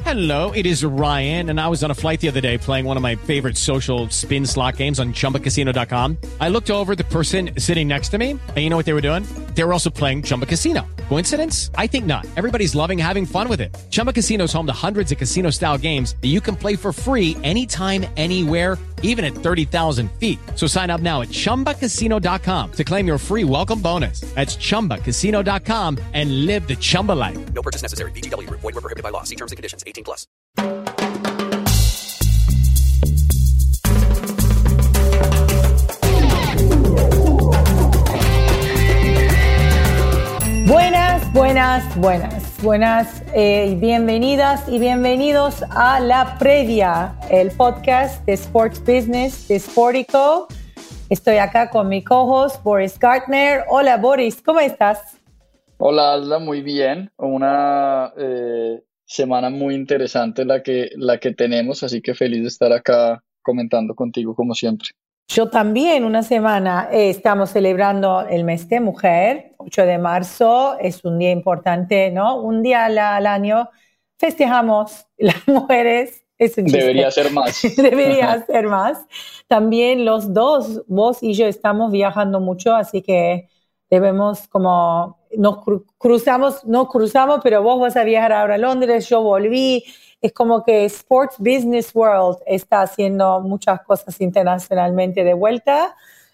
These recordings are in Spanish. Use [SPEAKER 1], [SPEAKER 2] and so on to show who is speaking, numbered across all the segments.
[SPEAKER 1] Hello, it is Ryan, and I was on a flight the other day playing one of my favorite social spin slot games on ChumbaCasino.com. I looked over at the person sitting next to me, and you know what they were doing? They were also playing Chumba Casino. Coincidence? I think not. Everybody's loving having fun with it. Chumba Casino is home to hundreds of casino-style games that you can play for free anytime, anywhere, even at 30,000 feet. So sign up now at ChumbaCasino.com to claim your free welcome bonus. That's ChumbaCasino.com and live the Chumba life.
[SPEAKER 2] No purchase necessary. VGW. Void where prohibited by law. See terms and conditions. 18+.
[SPEAKER 3] Buenas, bienvenidas y bienvenidos a La Previa, el podcast de Sports Business de Sportico. Estoy acá con mi co-host Boris Gartner. Hola Boris, ¿cómo estás?
[SPEAKER 4] Hola Alda, muy bien. Una semana muy interesante la que tenemos, así que feliz de estar acá comentando contigo como siempre.
[SPEAKER 3] Yo también, una semana. Estamos celebrando el mes de mujer, 8 de marzo, es un día importante, ¿no? Un día al año festejamos las mujeres. Es un chiste.
[SPEAKER 4] Debería ser más.
[SPEAKER 3] Debería ser más. También los dos, vos y yo, estamos viajando mucho, así que debemos como, no cruzamos, pero vos vas a viajar ahora a Londres, yo volví. Es como que Sports Business World está haciendo muchas cosas internacionalmente de vuelta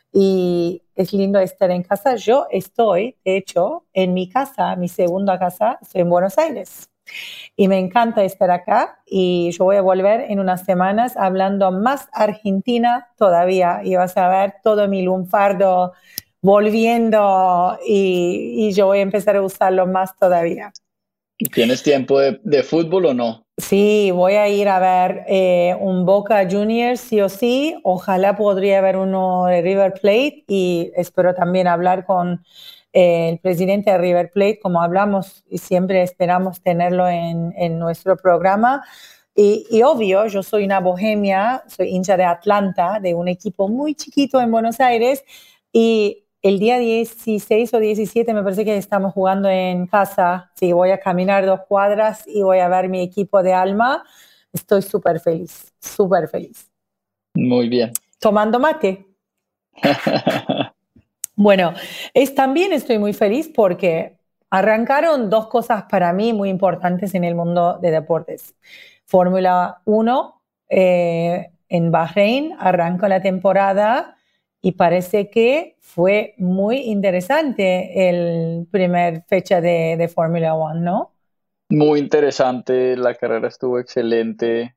[SPEAKER 3] y es lindo estar en casa. Yo estoy, de hecho, en mi casa, mi segunda casa, estoy en Buenos Aires. Y me encanta estar acá y yo voy a volver en unas semanas hablando más argentina todavía y vas a ver todo mi lunfardo volviendo y yo voy a empezar a usarlo más todavía.
[SPEAKER 4] ¿Tienes tiempo de fútbol o no?
[SPEAKER 3] Sí, voy a ir a ver un Boca Juniors sí o sí. Ojalá podría haber uno de River Plate y espero también hablar con el presidente de River Plate, como hablamos y siempre esperamos tenerlo en nuestro programa. Y obvio, yo soy una bohemia, soy hincha de Atlanta, de un equipo muy chiquito en Buenos Aires y el día 16 o 17 me parece que estamos jugando en casa. Sí, voy a caminar 2 cuadras y voy a ver mi equipo de alma. Estoy súper feliz, súper feliz.
[SPEAKER 4] Muy bien.
[SPEAKER 3] Tomando mate. Bueno, también estoy muy feliz porque arrancaron 2 cosas para mí muy importantes en el mundo de deportes. Fórmula 1 en Bahrein arranca la temporada y parece que fue muy interesante el primer fecha de Fórmula 1, ¿no?
[SPEAKER 4] Muy interesante, la carrera estuvo excelente.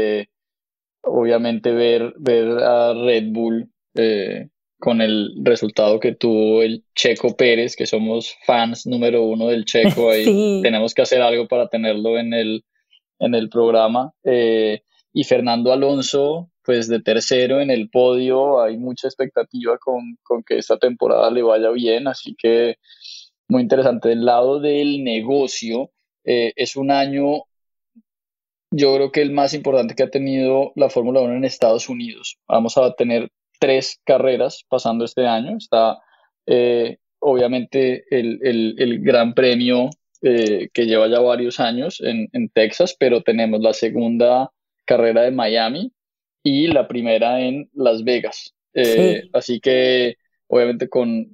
[SPEAKER 4] Obviamente ver a Red Bull con el resultado que tuvo el Checo Pérez, que somos fans número 1 del Checo, ahí
[SPEAKER 3] Sí.
[SPEAKER 4] tenemos que hacer algo para tenerlo en el programa. Y Fernando Alonso, pues de tercero en el podio, hay mucha expectativa con que esta temporada le vaya bien, así que muy interesante. Del lado del negocio, es un año, yo creo que el más importante que ha tenido la Fórmula 1 en Estados Unidos. Vamos a tener 3 carreras pasando este año. Está obviamente el Gran Premio que lleva ya varios años en Texas, pero tenemos la segunda carrera de Miami y la primera en Las Vegas.
[SPEAKER 3] Sí.
[SPEAKER 4] Así que obviamente con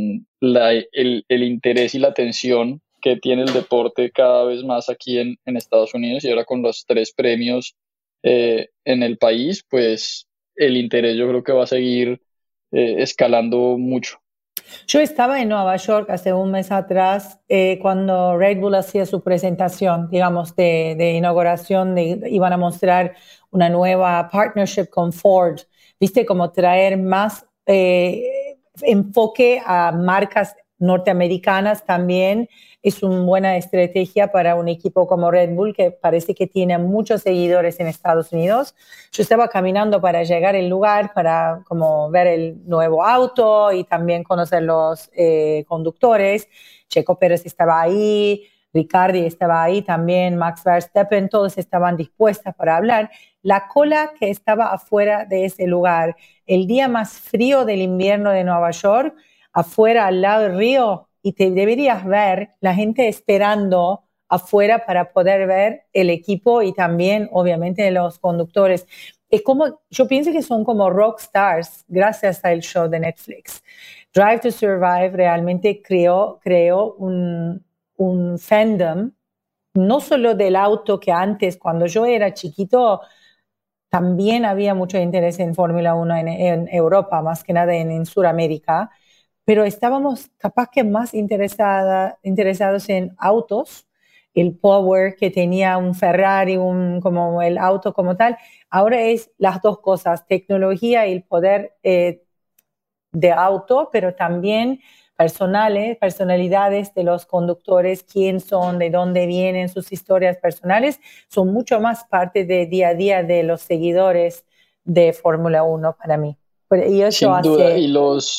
[SPEAKER 4] el interés y la atención que tiene el deporte cada vez más aquí en Estados Unidos y ahora con los 3 premios en el país, pues el interés yo creo que va a seguir escalando mucho.
[SPEAKER 3] Yo estaba en Nueva York hace un mes atrás cuando Red Bull hacía su presentación, digamos, de inauguración, iban a mostrar una nueva partnership con Ford, viste, como traer más enfoque a marcas norteamericanas también. Es una buena estrategia para un equipo como Red Bull, que parece que tiene muchos seguidores en Estados Unidos. Yo estaba caminando para llegar al lugar, para como ver el nuevo auto y también conocer los conductores. Checo Pérez estaba ahí, Ricciardo estaba ahí también, Max Verstappen, todos estaban dispuestos para hablar. La cola que estaba afuera de ese lugar, el día más frío del invierno de Nueva York, afuera al lado del río, y te deberías ver la gente esperando afuera para poder ver el equipo y también, obviamente, los conductores. Es como, yo pienso que son como rock stars gracias al show de Netflix. Drive to Survive realmente creó un fandom, no solo del auto, que antes, cuando yo era chiquito, también había mucho interés en Fórmula 1 en Europa, más que nada en Sudamérica, pero estábamos capaz que más interesados en autos, el power que tenía un Ferrari, como el auto como tal. Ahora es las dos cosas, tecnología y el poder de auto, pero también personalidades de los conductores, quién son, de dónde vienen, sus historias personales, son mucho más parte del día a día de los seguidores de Fórmula 1 para mí. Y eso
[SPEAKER 4] Sin duda,
[SPEAKER 3] hace...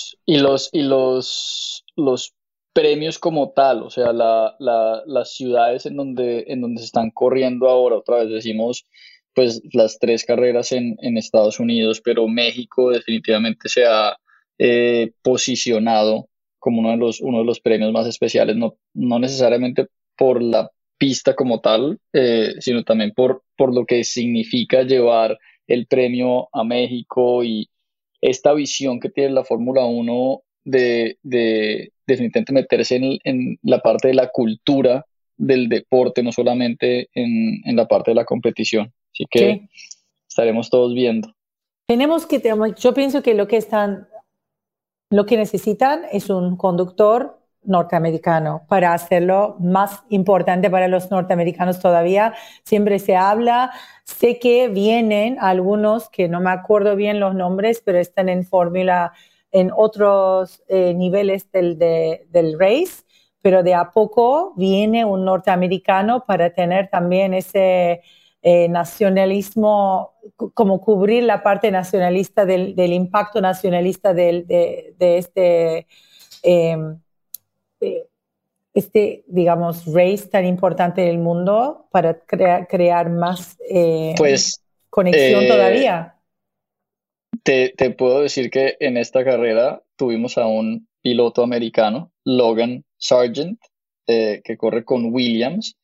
[SPEAKER 4] los premios como tal, o sea, las ciudades en donde se están corriendo ahora, otra vez decimos, pues las tres carreras en Estados Unidos, pero México definitivamente se ha posicionado como uno de los premios más especiales, no necesariamente por la pista como tal, sino también por lo que significa llevar el premio a México y esta visión que tiene la Fórmula Uno de definitivamente meterse en la parte de la cultura del deporte, no solamente en la parte de la competición. Así que
[SPEAKER 3] Sí.
[SPEAKER 4] estaremos todos viendo.
[SPEAKER 3] Yo pienso que lo que necesitan es un conductor norteamericano para hacerlo más importante para los norteamericanos todavía. Siempre se habla, sé que vienen algunos que no me acuerdo bien los nombres, pero están en fórmula en otros niveles del race, pero de a poco viene un norteamericano para tener también ese nacionalismo, como cubrir la parte nacionalista del impacto nacionalista de eh, digamos, race tan importante del mundo para crear más
[SPEAKER 4] Pues
[SPEAKER 3] conexión
[SPEAKER 4] eh,
[SPEAKER 3] todavía.
[SPEAKER 4] te puedo decir que en esta carrera tuvimos a un piloto americano, Logan Sargent, que corre con Williams.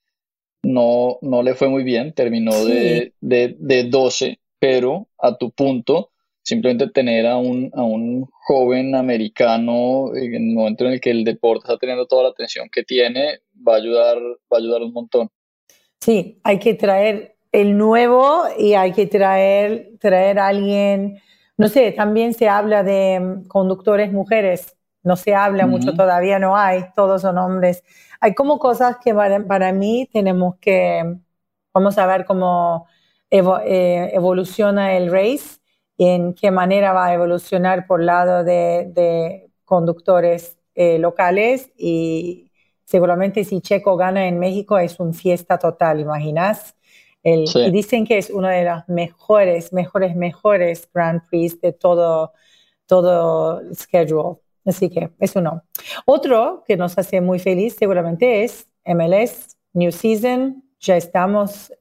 [SPEAKER 4] No le fue muy bien, terminó
[SPEAKER 3] Sí,
[SPEAKER 4] de 12, pero a tu punto, simplemente tener a un joven americano en el momento en el que el deporte está teniendo toda la atención que tiene, va a ayudar un montón.
[SPEAKER 3] sí, hay que traer el nuevo y hay que traer a alguien, no sé, también se habla de conductores mujeres, no se habla mucho
[SPEAKER 4] Ujú.
[SPEAKER 3] todavía, no hay, todos son hombres. Hay como cosas que para mí tenemos que, vamos a ver cómo evoluciona el race y en qué manera va a evolucionar por lado de conductores locales y seguramente si Checo gana en México es una fiesta total, ¿imaginas? Y
[SPEAKER 4] Sí.
[SPEAKER 3] dicen que es uno de los mejores Grand Prix de todo el schedule. Así que eso no. Otro que nos hace muy feliz seguramente es MLS, New Season. Ya estamos,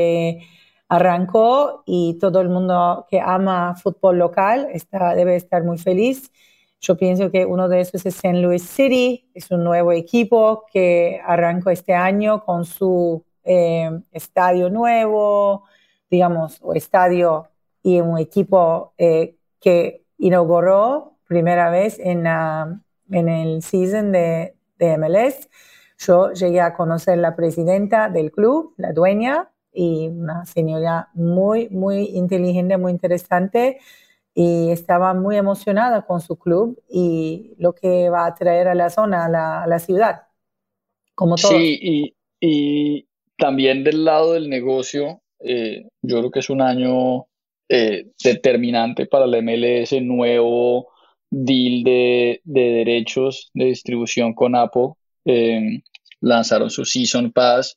[SPEAKER 3] arrancó y todo el mundo que ama fútbol local debe estar muy feliz. Yo pienso que uno de esos es St. Louis City, es un nuevo equipo que arrancó este año con su estadio nuevo, digamos, o estadio y un equipo que inauguró primera vez en el season de MLS. Yo llegué a conocer la presidenta del club, la dueña, y una señora muy, muy inteligente, muy interesante, y estaba muy emocionada con su club y lo que va a traer a la zona, a la ciudad, como todos.
[SPEAKER 4] Sí, y también del lado del negocio, yo creo que es un año determinante para la MLS, nuevo deal de derechos de distribución con Apple. eh, Lanzaron su Season Pass.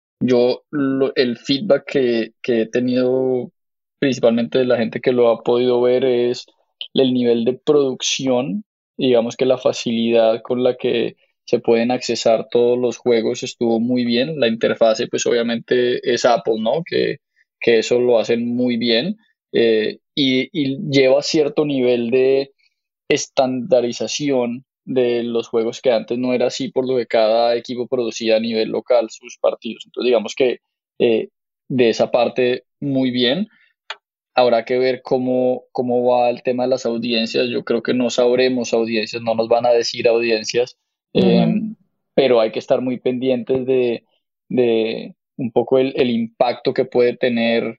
[SPEAKER 4] El feedback que he tenido principalmente de la gente que lo ha podido ver es el nivel de producción, digamos que la facilidad con la que se pueden accesar todos los juegos estuvo muy bien. La interfase, pues obviamente es Apple, ¿no? Que eso lo hacen muy bien y lleva cierto nivel de estandarización de los juegos, que antes no era así, por lo que cada equipo producía a nivel local sus partidos. Entonces, digamos que de esa parte muy bien. Habrá que ver cómo va el tema de las audiencias. Yo creo que no sabremos audiencias, no nos van a decir audiencias, eh,
[SPEAKER 3] Ujú.
[SPEAKER 4] pero hay que estar muy pendientes de un poco el impacto que puede tener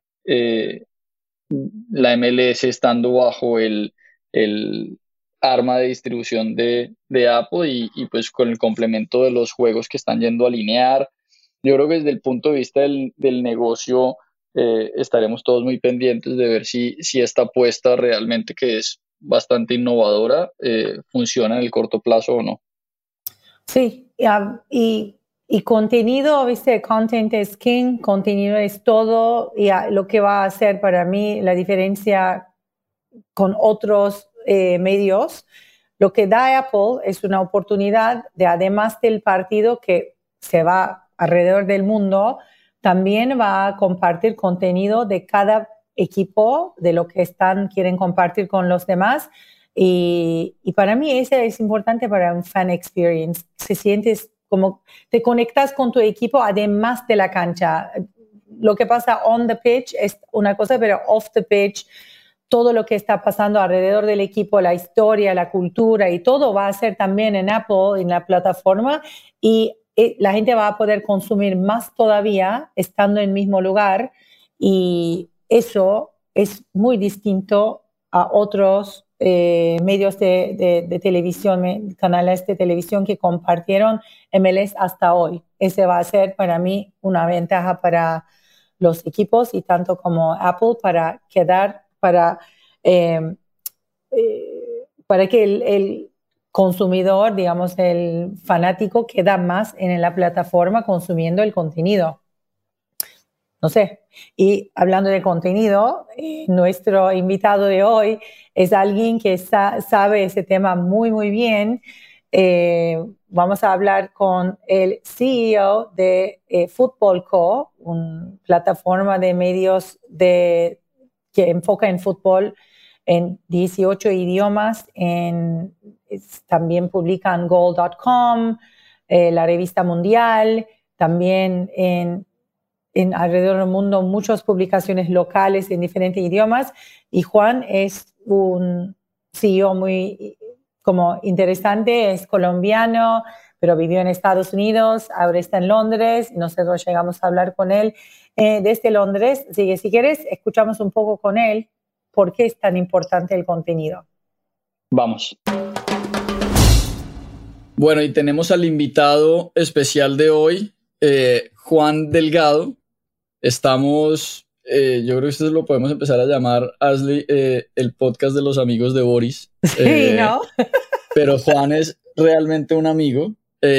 [SPEAKER 4] la MLS estando bajo el arma de distribución de Apple y pues con el complemento de los juegos que están yendo a alinear. Yo creo que desde el punto de vista del negocio estaremos todos muy pendientes de ver si esta apuesta realmente, que es bastante innovadora, funciona en el corto plazo o no.
[SPEAKER 3] Sí, y contenido, viste, content es king, contenido es todo, y lo que va a hacer para mí la diferencia con otros medios. Lo que da Apple es una oportunidad de, además del partido que se va alrededor del mundo, también va a compartir contenido de cada equipo, de lo que quieren compartir con los demás. Y para mí eso es importante para un fan experience. Se sientes como te conectas con tu equipo además de la cancha. Lo que pasa on the pitch es una cosa, pero off the pitch, todo lo que está pasando alrededor del equipo, la historia, la cultura y todo va a ser también en Apple, en la plataforma, y la gente va a poder consumir más todavía estando en el mismo lugar, y eso es muy distinto a otros medios de televisión, canales de televisión que compartieron MLS hasta hoy. Ese va a ser para mí una ventaja para los equipos y tanto como Apple eh, para que el consumidor, digamos, el fanático queda más en la plataforma consumiendo el contenido. No sé. Y hablando de contenido, nuestro invitado de hoy es alguien que sabe ese tema muy, muy bien. Vamos a hablar con el CEO de Football Co., una plataforma de medios que enfoca en fútbol en 18 idiomas. También publican goal.com, la revista Mundial, también en alrededor del mundo muchas publicaciones locales en diferentes idiomas, y Juan es un CEO muy como interesante, es colombiano, pero vivió en Estados Unidos, ahora está en Londres, y nosotros llegamos a hablar con él desde Londres, así que si quieres escuchamos un poco con él por qué es tan importante el contenido.
[SPEAKER 4] Vamos. Bueno, y tenemos al invitado especial de hoy, Juan Delgado. Estamos, yo creo que esto lo podemos empezar a llamar, Ashley, el podcast de los amigos de Boris.
[SPEAKER 3] Sí, ¿no?
[SPEAKER 4] Pero Juan es realmente un amigo.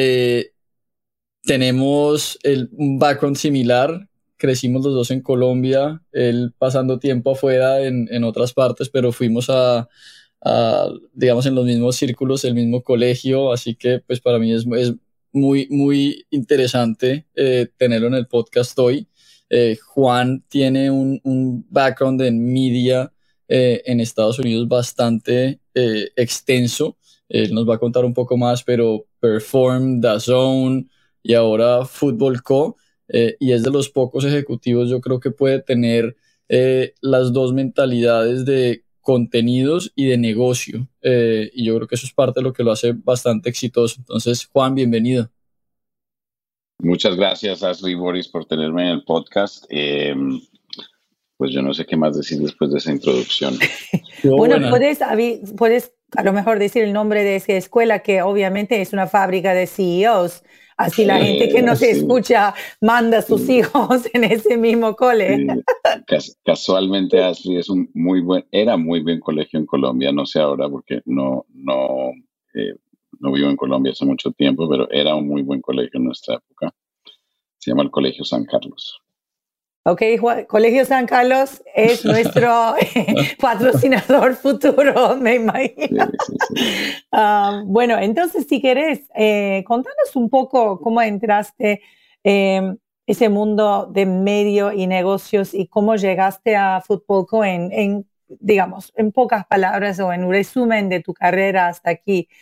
[SPEAKER 4] Tenemos un background similar. Crecimos los dos en Colombia, él pasando tiempo afuera en otras partes, pero fuimos digamos, en los mismos círculos, el mismo colegio, así que pues para mí es muy, muy interesante tenerlo en el podcast hoy. Juan tiene un background en media en Estados Unidos bastante extenso. Él nos va a contar un poco más, pero Perform, DAZN y ahora Football Co. Y es de los pocos ejecutivos, yo creo, que puede tener las dos mentalidades de contenidos y de negocio. Y yo creo que eso es parte de lo que lo hace bastante exitoso. Entonces, Juan, bienvenido.
[SPEAKER 5] Muchas gracias, Ashley y Boris, por tenerme en el podcast. Pues yo no sé qué más decir después de esa introducción.
[SPEAKER 3] Bueno, puedes a lo mejor decir el nombre de esa escuela, que obviamente es una fábrica de CEOs. Así la gente que nos escucha manda a sus hijos en ese mismo cole.
[SPEAKER 5] Casualmente, Ashley era muy buen colegio en Colombia, no sé ahora porque no vivo en Colombia hace mucho tiempo, pero era un muy buen colegio en nuestra época. Se llama el Colegio San Carlos.
[SPEAKER 3] Ok, Colegio San Carlos es nuestro patrocinador futuro, me imagino. Sí. Bueno, entonces, si querés, contanos un poco cómo entraste ese mundo de medio y negocios y cómo llegaste a Football Co. digamos, en pocas palabras o en un resumen de tu carrera hasta aquí.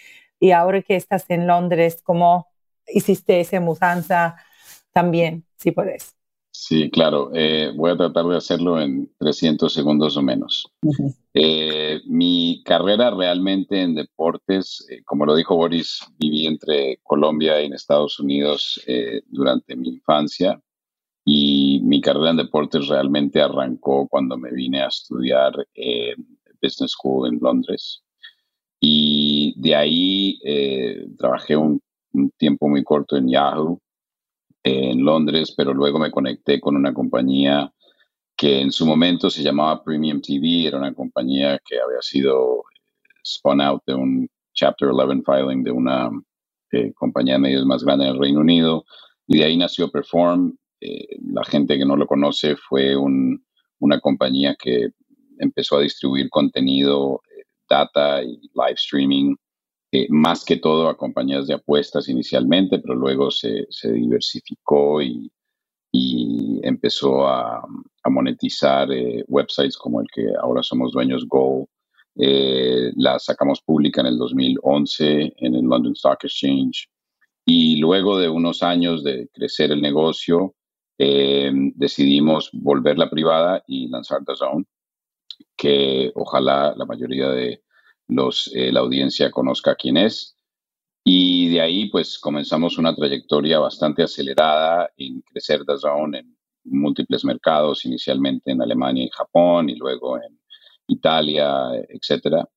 [SPEAKER 3] y ahora que estás en Londres, ¿cómo hiciste esa mudanza también, si puedes?
[SPEAKER 5] Sí, claro. Voy a tratar de hacerlo en 300 segundos o menos. Mi carrera realmente en deportes, como lo dijo Boris, viví entre Colombia y en Estados Unidos durante mi infancia, y mi carrera en deportes realmente arrancó cuando me vine a estudiar Business School en Londres. Y de ahí trabajé un tiempo muy corto en Yahoo, en Londres, pero luego me conecté con una compañía que en su momento se llamaba Premium TV. Era una compañía que había sido spun out de un Chapter 11 filing de una compañía de medios más grande en el Reino Unido, y de ahí nació Perform. La gente que no lo conoce, fue una compañía que empezó a distribuir contenido, data y live streaming, más que todo a compañías de apuestas inicialmente, pero luego se diversificó y empezó a monetizar websites como el que ahora somos dueños, Go. La sacamos pública en el 2011 en el London Stock Exchange, y luego de unos años de crecer el negocio, decidimos volverla privada y lanzar DAZN, que ojalá la mayoría de la audiencia conozca quién es. Y de ahí pues comenzamos una trayectoria bastante acelerada en crecer DAZN en múltiples mercados, inicialmente en Alemania y Japón, y luego en Italia, etcétera.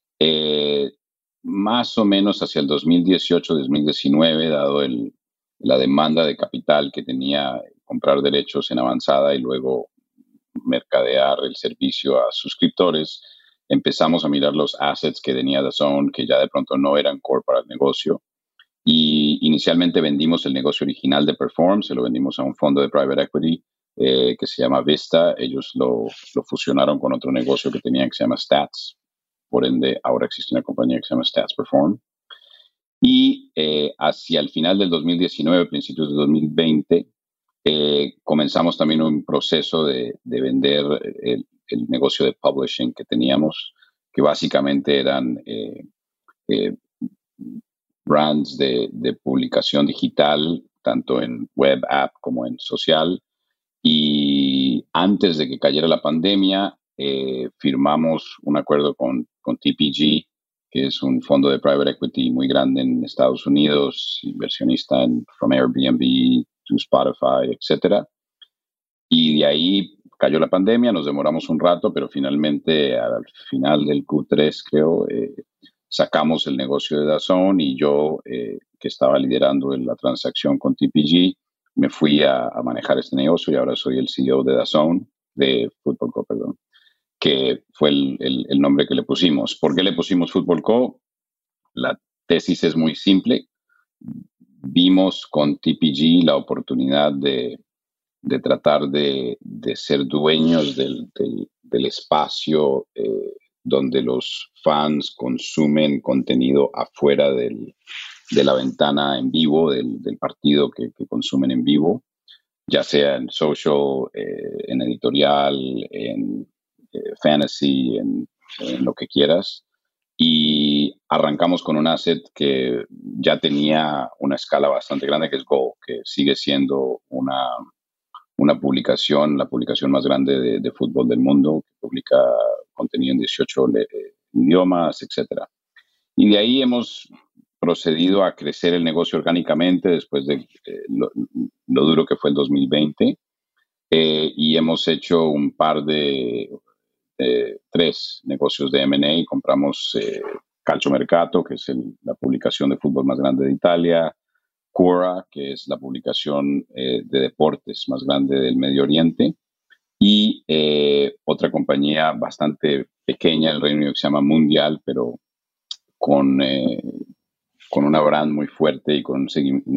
[SPEAKER 5] Más o menos hacia el 2018-2019, dado la demanda de capital que tenía comprar derechos en avanzada y luego mercadear el servicio a suscriptores, empezamos a mirar los assets que tenía DAZN, que ya de pronto no eran core para el negocio. Y inicialmente vendimos el negocio original de Perform, se lo vendimos a un fondo de private equity que se llama Vista. Ellos lo fusionaron con otro negocio que tenían que se llama Stats. Por ende, ahora existe una compañía que se llama Stats Perform. Y hacia el final del 2019, principios de 2020, comenzamos también un proceso de vender el negocio de publishing que teníamos, que básicamente eran brands de publicación digital, tanto en web, app como en social. Y antes de que cayera la pandemia, firmamos un acuerdo con TPG, que es un fondo de private equity muy grande en Estados Unidos, inversionista from Airbnb to Spotify, etcétera. Y de ahí cayó la pandemia, nos demoramos un rato, pero finalmente al final del Q3, creo, sacamos el negocio de DAZN, y yo, que estaba liderando la transacción con TPG, me fui a manejar este negocio, y ahora soy el CEO de DAZN, de Football Co, perdón, que fue el nombre que le pusimos. ¿Por qué le pusimos Football Co? La tesis es muy simple. Vimos con TPG la oportunidad de tratar de ser dueños del espacio donde los fans consumen contenido afuera de la ventana en vivo, del partido que consumen en vivo, ya sea en social, en editorial, en fantasy, en lo que quieras. Y arrancamos con un asset que ya tenía una escala bastante grande, que es Go, que sigue siendo una publicación, la publicación más grande de fútbol del mundo, que publica contenido en 18 idiomas, etc. Y de ahí hemos procedido a crecer el negocio orgánicamente después de lo duro que fue el 2020, y hemos hecho un par de 3 negocios de M&A. Compramos Calciomercato, que es la publicación de fútbol más grande de Italia, Quora, que es la publicación de deportes más grande del Medio Oriente, y otra compañía bastante pequeña en el Reino Unido que se llama Mundial, pero con una brand muy fuerte y con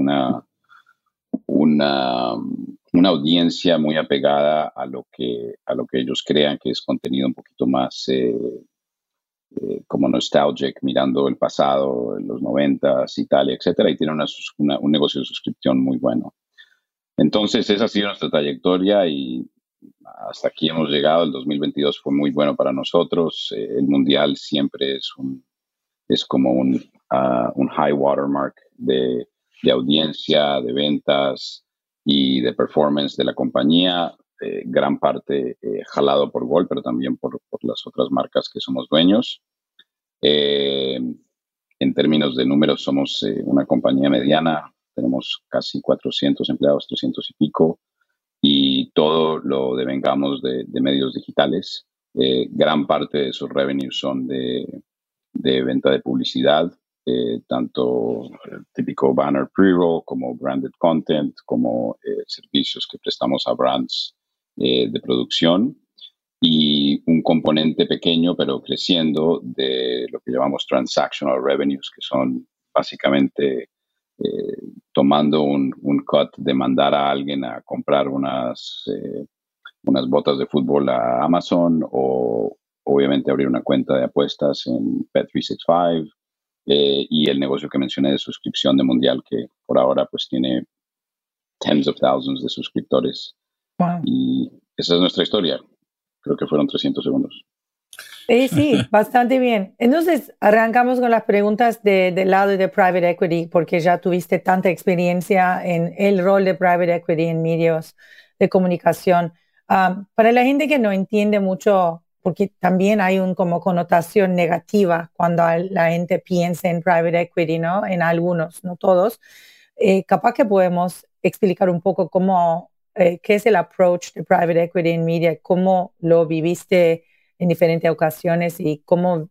[SPEAKER 5] una audiencia muy apegada a lo que ellos crean que es contenido un poquito más como nostalgic, mirando el pasado, los 90s, Italia, etcétera, y tiene un negocio de suscripción muy bueno. Entonces, esa ha sido nuestra trayectoria, y hasta aquí hemos llegado. El 2022 fue muy bueno para nosotros. El Mundial siempre es como un high watermark de audiencia, de ventas y de performance de la compañía, gran parte jalado por Gol, pero también por las otras marcas que somos dueños. En términos de números, somos una compañía mediana, tenemos casi 400 empleados, 300 y pico, y todo lo devengamos de medios digitales. Gran parte de sus revenues son de venta de publicidad, tanto el típico banner pre-roll como branded content, como servicios que prestamos a brands de producción, y un componente pequeño pero creciendo de lo que llamamos transactional revenues, que son básicamente tomando un cut de mandar a alguien a comprar unas botas de fútbol a Amazon, o obviamente abrir una cuenta de apuestas en Bet365, y el negocio que mencioné de suscripción de Mundial, que por ahora pues tiene tens of thousands de suscriptores.
[SPEAKER 3] Wow.
[SPEAKER 5] Y esa es nuestra historia. Creo que fueron 300 segundos.
[SPEAKER 3] Sí, bastante bien. Entonces, arrancamos con las preguntas del lado de Private Equity, porque ya tuviste tanta experiencia en el rol de Private Equity en medios de comunicación. Para la gente que no entiende mucho, porque también hay como connotación negativa cuando la gente piensa en Private Equity, ¿no? En algunos, no todos. Capaz que podemos explicar un poco qué es el approach de Private Equity en media, cómo lo viviste en diferentes ocasiones y cómo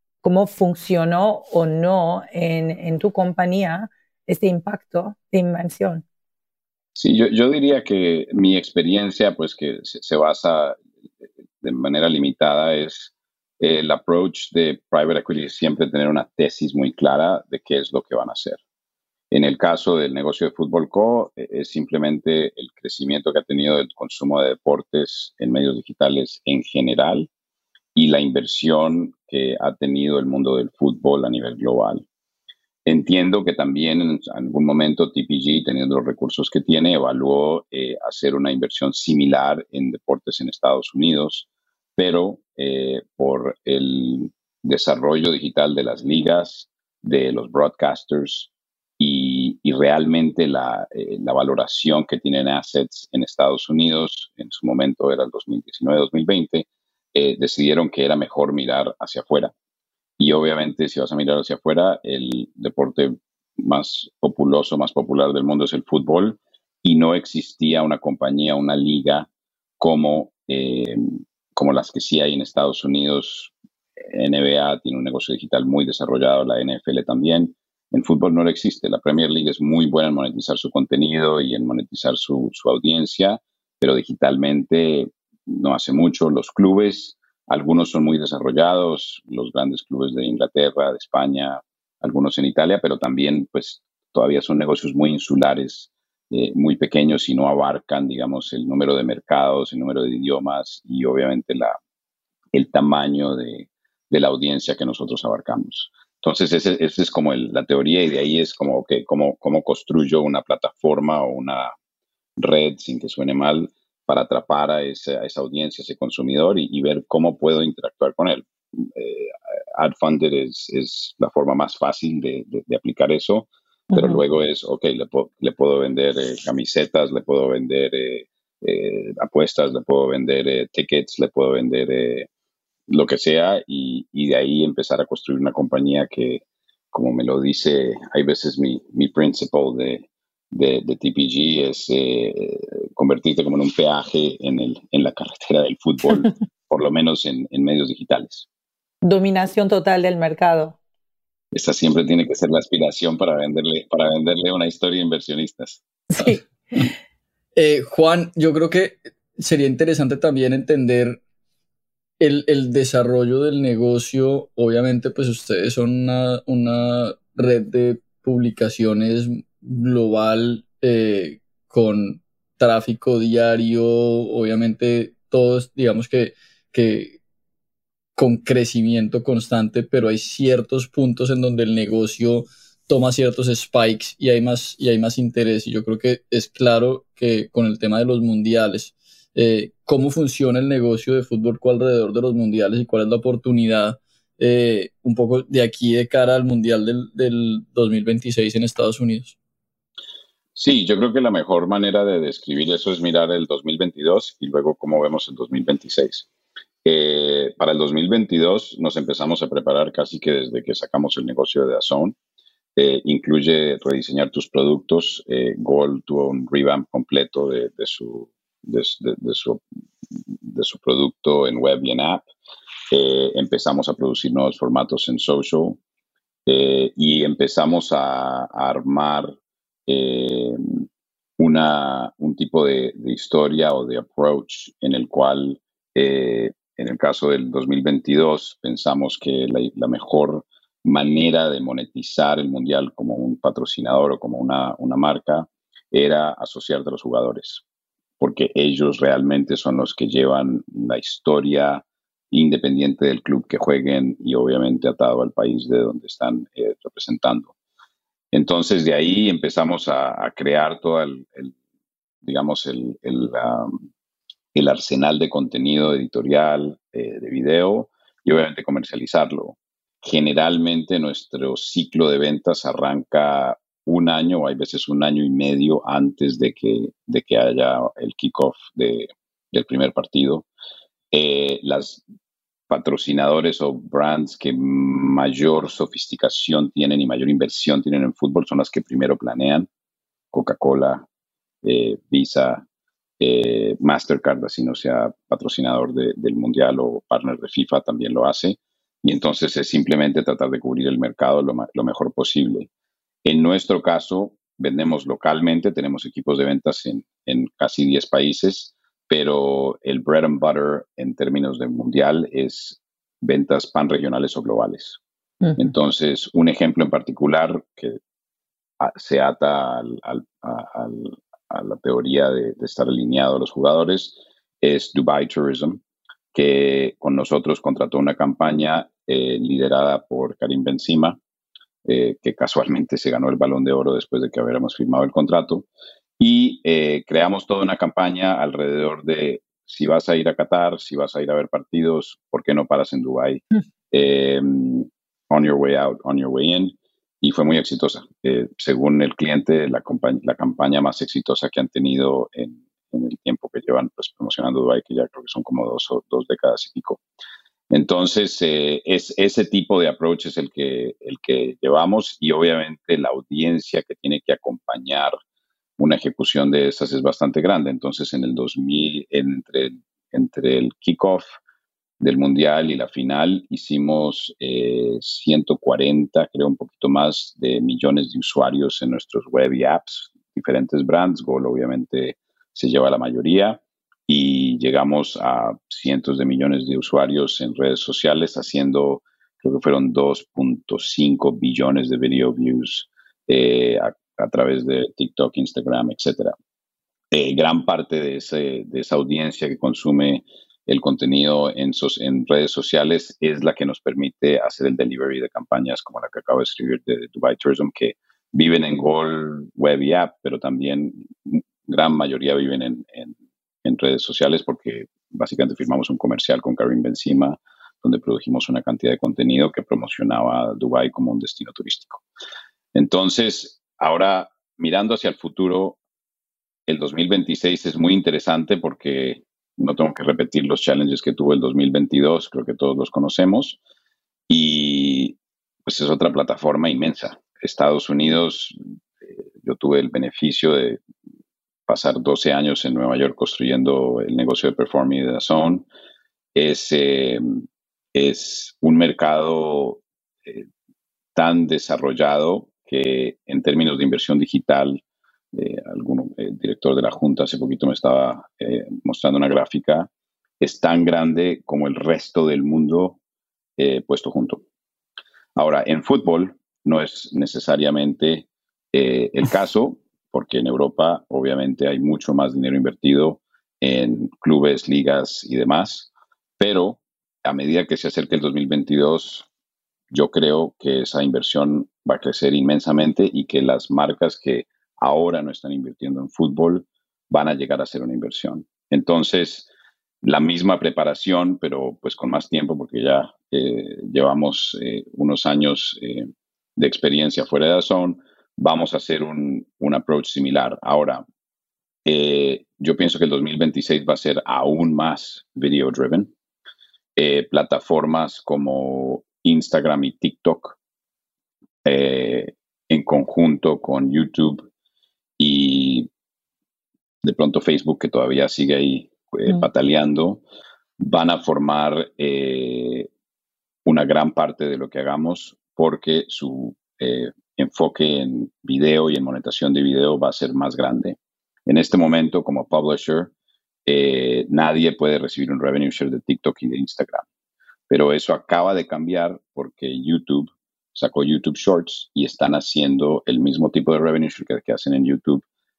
[SPEAKER 3] funcionó o no en tu compañía este impacto de inversión.
[SPEAKER 5] Sí, yo diría que mi experiencia, pues que se basa de manera limitada, es el approach de Private Equity, es siempre tener una tesis muy clara de qué es lo que van a hacer. En el caso del negocio de Fútbol Co, es simplemente el crecimiento que ha tenido el consumo de deportes en medios digitales en general y la inversión que ha tenido el mundo del fútbol a nivel global. Entiendo que también en algún momento TPG, teniendo los recursos que tiene, evaluó hacer una inversión similar en deportes en Estados Unidos, pero por el desarrollo digital de las ligas, de los broadcasters y realmente la valoración que tienen assets en Estados Unidos, en su momento era el 2019-2020, decidieron que era mejor mirar hacia afuera. Y obviamente, si vas a mirar hacia afuera, el deporte más populoso, más popular del mundo es el fútbol, y no existía una compañía, una liga como las que sí hay en Estados Unidos. NBA tiene un negocio digital muy desarrollado, la NFL también. En fútbol no lo existe. La Premier League es muy buena en monetizar su contenido y en monetizar su audiencia, pero digitalmente no hace mucho. Los clubes, algunos son muy desarrollados, los grandes clubes de Inglaterra, de España, algunos en Italia, pero también pues todavía son negocios muy insulares, muy pequeños, y no abarcan, digamos, el número de mercados, el número de idiomas y obviamente el tamaño de la audiencia que nosotros abarcamos. Entonces, esa es como la teoría, y de ahí es como, okay, cómo construyo una plataforma o una red, sin que suene mal, para atrapar a esa audiencia, ese consumidor, y ver cómo puedo interactuar con él. AdFunded es la forma más fácil de aplicar eso, pero luego es, ok, le puedo vender camisetas, le puedo vender apuestas, le puedo vender tickets, le puedo vender lo que sea, y de ahí empezar a construir una compañía que, como me lo dice, hay veces mi principle de TPG es convertirte como en un peaje en la carretera del fútbol, por lo menos en medios digitales.
[SPEAKER 3] Dominación total del mercado.
[SPEAKER 5] Esa siempre tiene que ser la aspiración para venderle una historia a inversionistas.
[SPEAKER 3] Sí.
[SPEAKER 6] Juan, yo creo que sería interesante también entender el desarrollo del negocio. Obviamente, pues ustedes son una red de publicaciones global, con tráfico diario, obviamente todos, digamos que con crecimiento constante, pero hay ciertos puntos en donde el negocio toma ciertos spikes y hay más interés. Y yo creo que es claro que con el tema de los mundiales, cómo funciona el negocio de Fútbol Co alrededor de los mundiales y cuál es la oportunidad un poco de aquí de cara al Mundial del 2026 en Estados Unidos?
[SPEAKER 5] Sí, yo creo que la mejor manera de describir eso es mirar el 2022 y luego cómo vemos el 2026. Para el 2022 nos empezamos a preparar casi que desde que sacamos el negocio de DAZN. Incluye rediseñar tus productos. Gol tuvo un revamp completo de su producto en web y en app. Empezamos a producir nuevos formatos en social y empezamos a armar un tipo de historia o de approach en el cual, en el caso del 2022, pensamos que la mejor manera de monetizar el Mundial como un patrocinador o como una marca era asociarte a los jugadores, porque ellos realmente son los que llevan la historia independiente del club que jueguen y obviamente atado al país de donde están representando. Entonces, de ahí empezamos a crear todo digamos, el arsenal de contenido editorial, de video y obviamente comercializarlo. Generalmente nuestro ciclo de ventas arranca un año o hay veces un año y medio antes de que haya el kickoff del primer partido. Las patrocinadores o brands que mayor sofisticación tienen y mayor inversión tienen en fútbol son las que primero planean. Coca-Cola, Visa, Mastercard, así no sea patrocinador del Mundial o partner de FIFA, también lo hace. Y entonces es simplemente tratar de cubrir el mercado lo mejor posible. En nuestro caso, vendemos localmente, tenemos equipos de ventas en casi 10 países, pero el bread and butter en términos de mundial es ventas panregionales o globales. Uh-huh. Entonces, un ejemplo en particular que se ata a la teoría de estar alineado a los jugadores es Dubai Tourism, que con nosotros contrató una campaña liderada por Karim Benzema, que casualmente se ganó el Balón de Oro después de que habíamos firmado el contrato. Y creamos toda una campaña alrededor de si vas a ir a Qatar, si vas a ir a ver partidos, ¿por qué no paras en Dubái? On your way out, on your way in. Y fue muy exitosa. Según el cliente, la campaña más exitosa que han tenido en el tiempo que llevan pues, promocionando Dubái, que ya creo que son como dos décadas y pico. Entonces, ese tipo de approach es el que llevamos y obviamente la audiencia que tiene que acompañar una ejecución de esas es bastante grande. Entonces, en el 2000, entre el kickoff del Mundial y la final, hicimos 140, creo un poquito más, de millones de usuarios en nuestros web y apps, diferentes brands. Gol obviamente se lleva la mayoría y llegamos a cientos de millones de usuarios en redes sociales haciendo, creo que fueron 2.5 billones de video views a través de TikTok, Instagram, etc. Gran parte de esa audiencia que consume el contenido en redes sociales es la que nos permite hacer el delivery de campañas como la que acabo de escribir de Dubai Tourism, que viven en Gol, web y app, pero también gran mayoría viven en redes sociales porque básicamente firmamos un comercial con Karim Benzema donde produjimos una cantidad de contenido que promocionaba Dubái como un destino turístico. Entonces, ahora mirando hacia el futuro, el 2026 es muy interesante porque no tengo que repetir los challenges que tuvo el 2022, creo que todos los conocemos, y pues es otra plataforma inmensa. Estados Unidos, yo tuve el beneficio de pasar 12 años en Nueva York construyendo el negocio de Perform y de DAZN. Es un mercado tan desarrollado que en términos de inversión digital, el director de la Junta hace poquito me estaba mostrando una gráfica, es tan grande como el resto del mundo puesto junto. Ahora, en fútbol no es necesariamente el caso, porque en Europa obviamente hay mucho más dinero invertido en clubes, ligas y demás, pero a medida que se acerque el 2022, yo creo que esa inversión va a crecer inmensamente y que las marcas que ahora no están invirtiendo en fútbol van a llegar a hacer una inversión. Entonces, la misma preparación, pero pues con más tiempo, porque ya llevamos unos años de experiencia fuera de DAZN. Vamos a hacer un approach similar. Ahora, yo pienso que el 2026 va a ser aún más video driven. Plataformas como Instagram y TikTok, en conjunto con YouTube y de pronto Facebook, que todavía sigue ahí pataleando, van a formar una gran parte de lo que hagamos, porque su enfoque en video y en monetización de video va a ser más grande. En este momento, como publisher, nadie puede recibir un revenue share de TikTok y de Instagram. Pero eso acaba de cambiar porque YouTube sacó YouTube Shorts y están haciendo el mismo tipo de revenue share que hacen en YouTube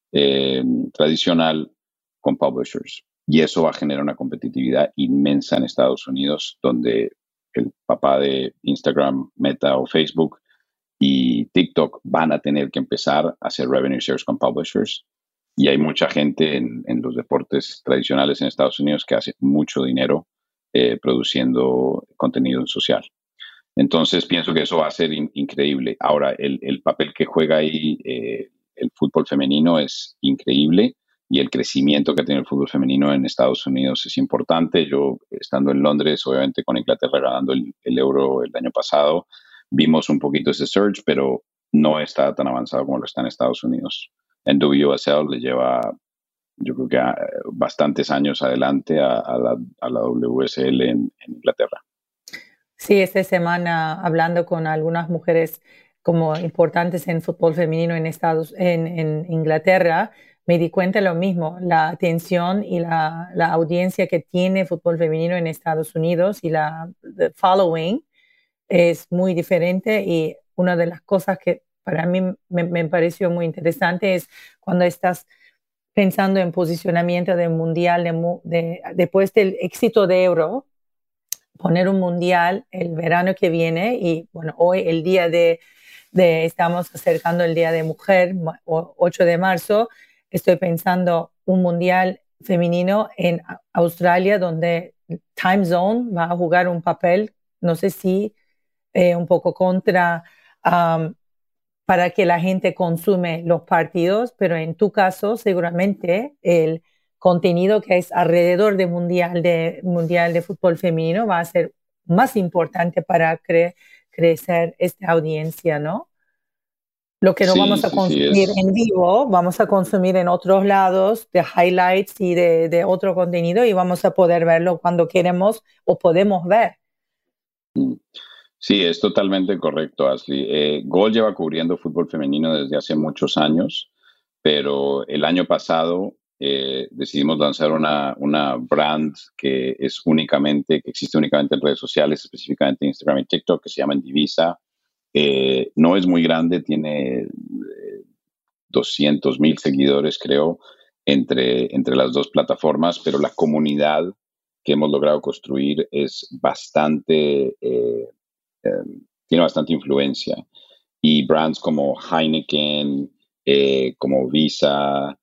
[SPEAKER 5] tradicional con publishers. Y eso va a generar una competitividad inmensa en Estados Unidos, donde el papá de Instagram, Meta o Facebook y TikTok van a tener que empezar a hacer revenue shares con publishers. Y hay mucha gente en los deportes tradicionales en Estados Unidos que hace mucho dinero produciendo contenido social. Entonces pienso que eso va a ser increíble. Ahora, el papel que juega ahí el fútbol femenino es increíble, y el crecimiento que tiene el fútbol femenino en Estados Unidos es importante. Yo, estando en Londres, obviamente con Inglaterra ganando el Euro el año pasado, vimos un poquito ese surge, pero no está tan avanzado como lo está en Estados Unidos. En WSL le lleva, yo creo que bastantes años adelante a la WSL en Inglaterra.
[SPEAKER 3] Sí, esta semana hablando con algunas mujeres como importantes en fútbol femenino en Inglaterra, me di cuenta de lo mismo, la atención y la audiencia que tiene fútbol femenino en Estados Unidos y the following es muy diferente. Y una de las cosas que para mí me pareció muy interesante es cuando estás pensando en posicionamiento del mundial después del éxito de Euro, poner un mundial el verano que viene. Y bueno, hoy el día estamos acercando el Día de Mujer, 8 de marzo, estoy pensando un mundial femenino en Australia, donde time zone va a jugar un papel, no sé si un poco para que la gente consume los partidos, pero en tu caso seguramente el contenido que es alrededor del mundial de fútbol femenino va a ser más importante para crecer esta audiencia, ¿no? Lo que no vamos a consumir en vivo, vamos a consumir en otros lados de highlights y de otro contenido, y vamos a poder verlo cuando queremos o podemos ver.
[SPEAKER 5] Sí, es totalmente correcto, Ashley. Gol lleva cubriendo fútbol femenino desde hace muchos años, pero el año pasado decidimos lanzar una brand que existe únicamente en redes sociales, específicamente Instagram y TikTok, que se llama Indivisa. No es muy grande, tiene 200,000 seguidores, creo, entre las dos plataformas, pero la comunidad que hemos logrado construir es tiene bastante influencia. Y brands como Heineken, como Visa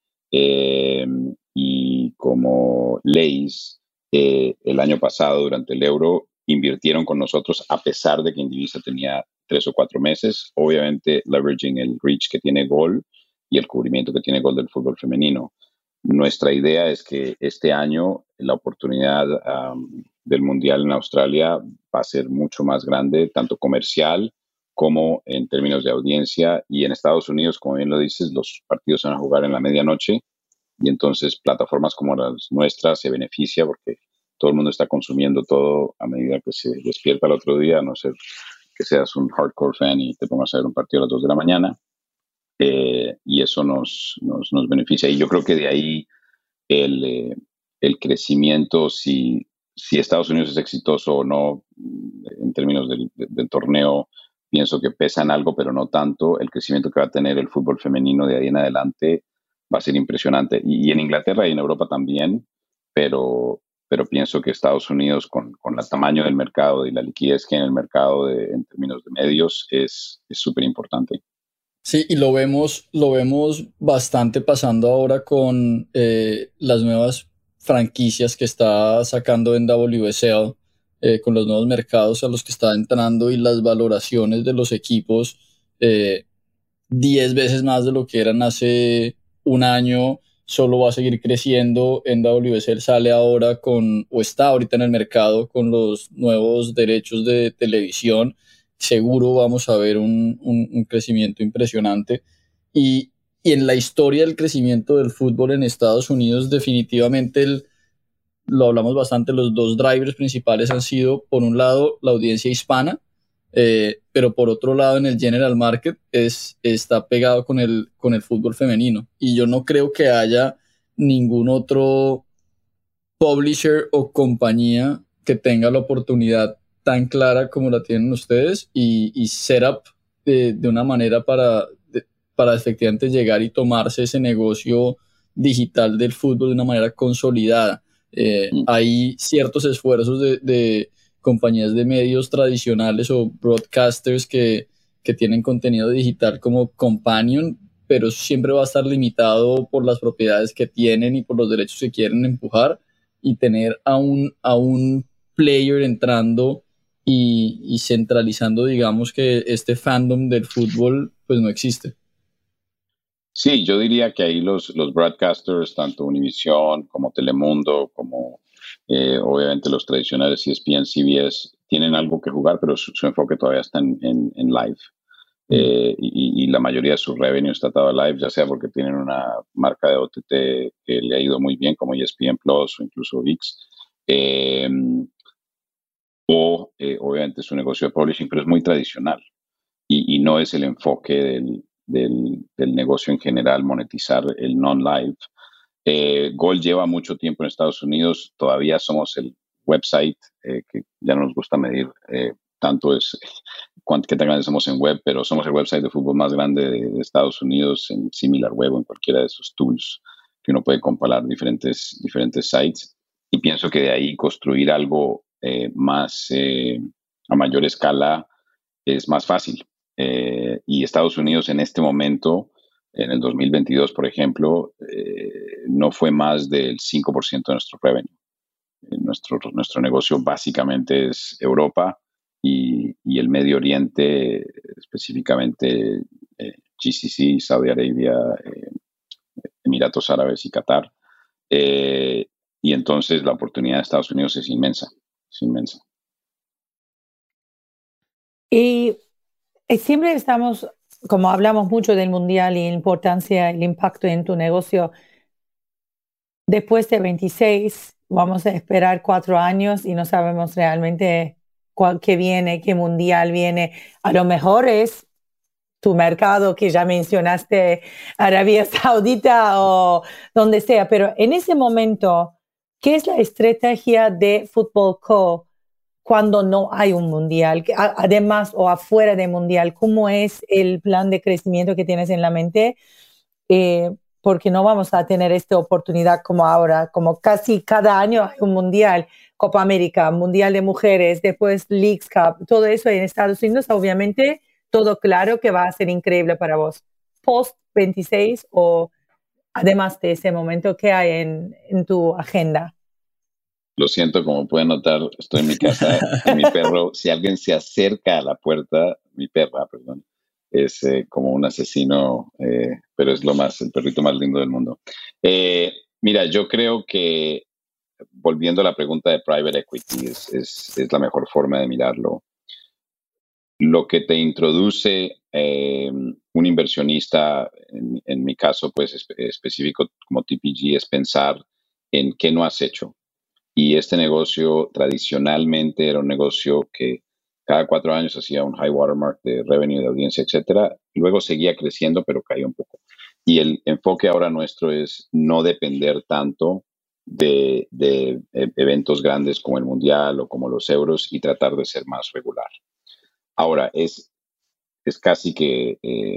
[SPEAKER 5] y como Lay's, el año pasado durante el Euro invirtieron con nosotros, a pesar de que Indivisa tenía 3 o 4 meses, obviamente leveraging el reach que tiene Gol y el cubrimiento que tiene Gol del fútbol femenino. Nuestra idea es que este año la oportunidad del Mundial en Australia va a ser mucho más grande, tanto comercial como en términos de audiencia. Y en Estados Unidos, como bien lo dices, los partidos se van a jugar en la medianoche, y entonces plataformas como las nuestras se beneficia porque todo el mundo está consumiendo todo a medida que se despierta el otro día, a no ser que seas un hardcore fan y te pongas a ver un partido a las 2 de la mañana. Y eso nos beneficia. Y yo creo que de ahí el crecimiento, si Estados Unidos es exitoso o no en términos del torneo, pienso que pesa en algo, pero no tanto. El crecimiento que va a tener el fútbol femenino de ahí en adelante va a ser impresionante. Y en Inglaterra y en Europa también, pero pienso que Estados Unidos, con el tamaño del mercado y la liquidez que hay en el mercado en términos de medios, es súper importante.
[SPEAKER 6] Sí, y lo vemos bastante pasando ahora con las nuevas franquicias que está sacando en WSL, con los nuevos mercados a los que está entrando y las valoraciones de los equipos 10 veces más de lo que eran hace un año, solo va a seguir creciendo. NWSL sale ahora o está ahorita en el mercado con los nuevos derechos de televisión. Seguro vamos a ver un crecimiento impresionante. Y en la historia del crecimiento del fútbol en Estados Unidos, definitivamente lo hablamos bastante, los dos drivers principales han sido, por un lado, la audiencia hispana, pero por otro lado, en el general market está pegado con el fútbol femenino. Y yo no creo que haya ningún otro publisher o compañía que tenga la oportunidad tan clara como la tienen ustedes y setup de una manera para efectivamente llegar y tomarse ese negocio digital del fútbol de una manera consolidada. Hay ciertos esfuerzos de compañías de medios tradicionales o broadcasters que tienen contenido digital como Companion, pero siempre va a estar limitado por las propiedades que tienen y por los derechos que quieren empujar, y tener a un player entrando y centralizando, digamos, que este fandom del fútbol pues no existe.
[SPEAKER 5] Sí, yo diría que ahí los broadcasters, tanto Univision como Telemundo, como obviamente los tradicionales ESPN, CBS, tienen algo que jugar, pero su enfoque todavía está en live. Y la mayoría de su revenue está atado a live, ya sea porque tienen una marca de OTT que le ha ido muy bien, como ESPN Plus o incluso ViX, obviamente su negocio de publishing, pero es muy tradicional y no es el enfoque del negocio en general, monetizar el non-live. Gol lleva mucho tiempo en Estados Unidos, todavía somos el website, que ya no nos gusta medir tanto qué tan grandes somos en web, pero somos el website de fútbol más grande de Estados Unidos en SimilarWeb o en cualquiera de esos tools que uno puede comparar diferentes sites, y pienso que de ahí construir algo más a mayor escala es más fácil. Y Estados Unidos en este momento, en el 2022, por ejemplo, no fue más del 5% de nuestro revenue. Nuestro negocio básicamente es Europa y el Medio Oriente, específicamente GCC, Saudi Arabia, Emiratos Árabes y Qatar. Y entonces la oportunidad de Estados Unidos es inmensa, es inmensa.
[SPEAKER 3] Y siempre estamos, como hablamos mucho del mundial y la importancia, el impacto en tu negocio, después de 26, vamos a esperar 4 años y no sabemos realmente qué viene, qué mundial viene. A lo mejor es tu mercado que ya mencionaste, Arabia Saudita o donde sea, pero en ese momento, ¿qué es la estrategia de Football Co. cuando no hay un mundial? Además o afuera del mundial, ¿cómo es el plan de crecimiento que tienes en la mente? Porque no vamos a tener esta oportunidad como ahora, como casi cada año hay un mundial, Copa América, Mundial de Mujeres, después Leagues Cup, todo eso en Estados Unidos, obviamente, todo claro que va a ser increíble para vos. Post 26 o además de ese momento, ¿qué hay en tu agenda?
[SPEAKER 5] Lo siento, como pueden notar, estoy en mi casa y mi perro, si alguien se acerca a la puerta, mi perra, perdón, es como un asesino, pero es el perrito más lindo del mundo. Mira, yo creo que, volviendo a la pregunta de private equity, es la mejor forma de mirarlo. Lo que te introduce un inversionista, en mi caso, pues específico como TPG, es pensar en qué no has hecho. Y este negocio tradicionalmente era un negocio que cada 4 años hacía un high watermark de revenue, de audiencia, etcétera. Luego seguía creciendo, pero caía un poco. Y el enfoque ahora nuestro es no depender tanto de eventos grandes como el Mundial o como los Euros, y tratar de ser más regular. Ahora, es casi que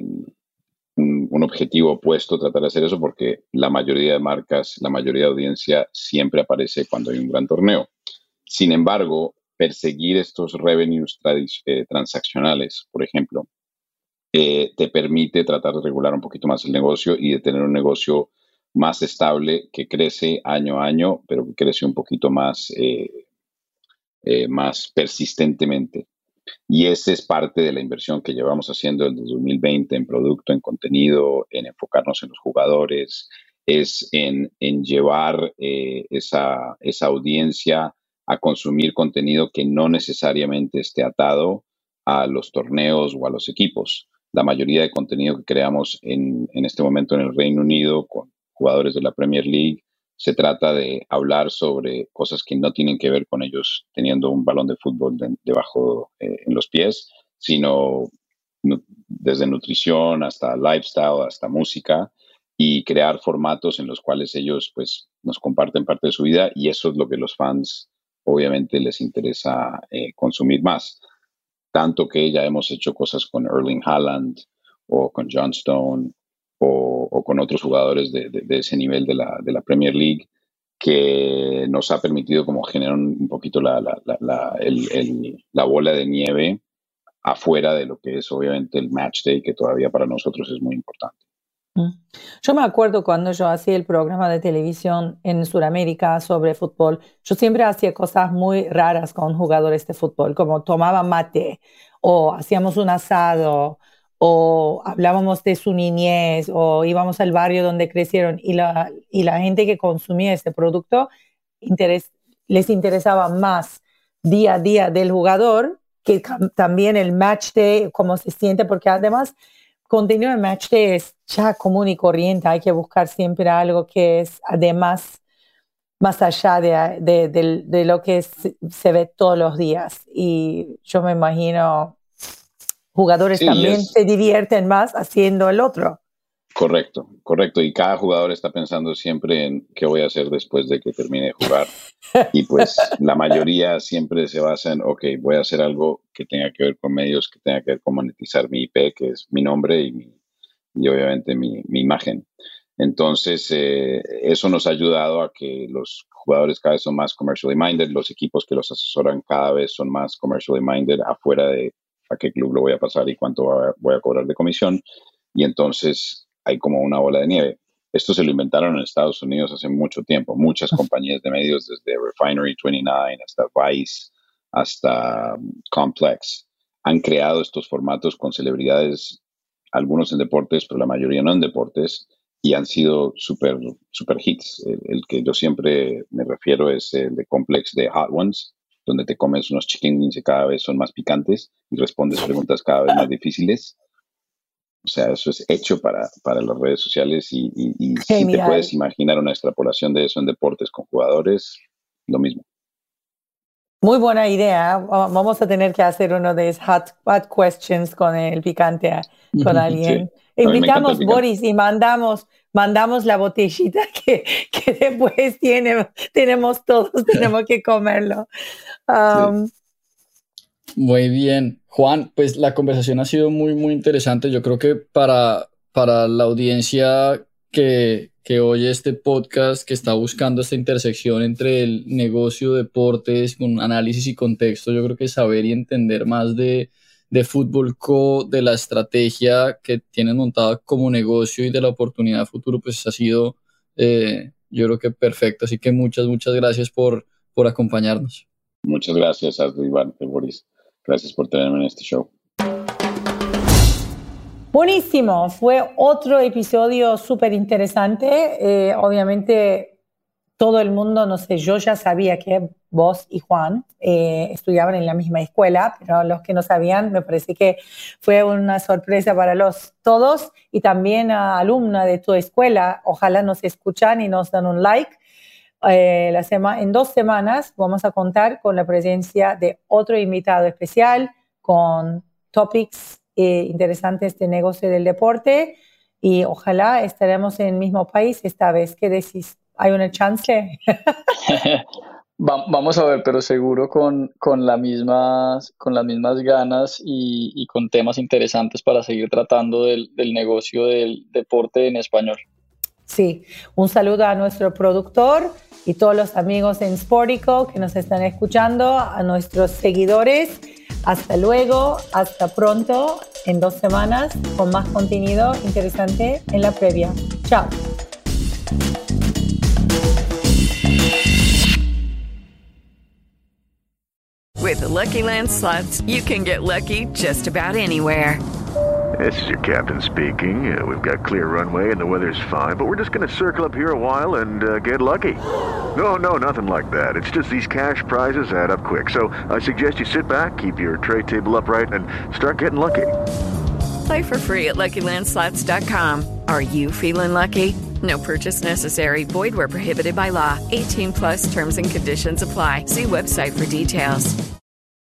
[SPEAKER 5] un objetivo opuesto tratar de hacer eso, porque la mayoría de marcas, la mayoría de audiencia siempre aparece cuando hay un gran torneo. Sin embargo, perseguir estos revenues transaccionales, por ejemplo, te permite tratar de regular un poquito más el negocio y de tener un negocio más estable, que crece año a año, pero que crece un poquito más, más persistentemente. Y esa es parte de la inversión que llevamos haciendo desde 2020 en producto, en contenido, en enfocarnos en los jugadores, es en llevar esa audiencia a consumir contenido que no necesariamente esté atado a los torneos o a los equipos. La mayoría de contenido que creamos en este momento en el Reino Unido con jugadores de la Premier League se trata de hablar sobre cosas que no tienen que ver con ellos teniendo un balón de fútbol debajo en los pies, sino desde nutrición hasta lifestyle, hasta música, y crear formatos en los cuales ellos pues nos comparten parte de su vida, y eso es lo que los fans obviamente les interesa consumir más. Tanto que ya hemos hecho cosas con Erling Haaland o con John Stone o con otros jugadores de ese nivel de la Premier League, que nos ha permitido como generar un poquito la bola de nieve afuera de lo que es obviamente el match day, que todavía para nosotros es muy importante.
[SPEAKER 3] Yo me acuerdo cuando yo hacía el programa de televisión en Sudamérica sobre fútbol, yo siempre hacía cosas muy raras con jugadores de fútbol, como tomaba mate o hacíamos un asado o hablábamos de su niñez o íbamos al barrio donde crecieron, y la gente que consumía este producto les interesaba más día a día del jugador que también el match day, cómo se siente, porque además contenido de match day es ya común y corriente. Hay que buscar siempre algo que es además más allá de lo que se ve todos los días, y yo me imagino jugadores sí, también se divierten más haciendo el otro.
[SPEAKER 5] Correcto, y cada jugador está pensando siempre en qué voy a hacer después de que termine de jugar, y pues la mayoría siempre se basa en, ok, voy a hacer algo que tenga que ver con medios, que tenga que ver con monetizar mi IP, que es mi nombre y obviamente mi imagen. Entonces, eso nos ha ayudado a que los jugadores cada vez son más commercially minded, los equipos que los asesoran cada vez son más commercially minded, afuera de a qué club lo voy a pasar y cuánto voy a cobrar de comisión, y entonces hay como una bola de nieve. Esto se lo inventaron en Estados Unidos hace mucho tiempo. Muchas compañías de medios, desde Refinery 29 hasta Vice, hasta Complex, han creado estos formatos con celebridades, algunos en deportes, pero la mayoría no en deportes, y han sido super hits. El que yo siempre me refiero es el de Complex de Hot Ones, donde te comes unos chicken wings que cada vez son más picantes y respondes preguntas cada vez más difíciles. O sea, eso es hecho para las redes sociales, y si te puedes imaginar una extrapolación de eso en deportes con jugadores, lo mismo.
[SPEAKER 3] Muy buena idea. Vamos a tener que hacer uno de esos hot questions con el picante, con alguien. Sí. Invitamos Boris y mandamos la botellita que después tenemos todos, tenemos que comerlo.
[SPEAKER 6] Sí. Muy bien. Juan, pues la conversación ha sido muy, muy interesante. Yo creo que para la audiencia que oye este podcast, que está buscando esta intersección entre el negocio, deportes, con análisis y contexto, yo creo que saber y entender más de Fútbol Co, de la estrategia que tienen montada como negocio y de la oportunidad de futuro, pues ha sido, yo creo que perfecto. Así que muchas gracias por acompañarnos.
[SPEAKER 5] Muchas gracias a Iván y Boris. Gracias por tenerme en este show.
[SPEAKER 3] Buenísimo, fue otro episodio súper interesante. Obviamente todo el mundo, no sé, yo ya sabía que vos y Juan estudiaban en la misma escuela, pero los que no sabían, me parece que fue una sorpresa para todos, y también a alumna de tu escuela. Ojalá nos escuchan y nos dan un like. En 2 semanas vamos a contar con la presencia de otro invitado especial con topics interesantes de negocio del deporte, y ojalá estaremos en el mismo país esta vez. ¿Qué decís? ¿Hay una chance?
[SPEAKER 4] Vamos a ver, pero seguro con las mismas ganas y con temas interesantes para seguir tratando del negocio del deporte en español.
[SPEAKER 3] Sí, un saludo a nuestro productor y todos los amigos en Sportico que nos están escuchando, a nuestros seguidores. Hasta luego, hasta pronto, en 2 semanas con más contenido interesante en la previa. Chao.
[SPEAKER 7] With the Lucky Land Slots, you can get lucky just about anywhere.
[SPEAKER 8] This is your captain speaking. We've got clear runway and the weather's fine, but we're just going to circle up here a while and get lucky. No, nothing like that. It's just these cash prizes add up quick. So I suggest you sit back, keep your tray table upright, and start getting lucky.
[SPEAKER 7] Play for free at LuckyLandSlots.com. Are you feeling lucky? No purchase necessary. Void where prohibited by law. 18+ terms and conditions apply. See website for details.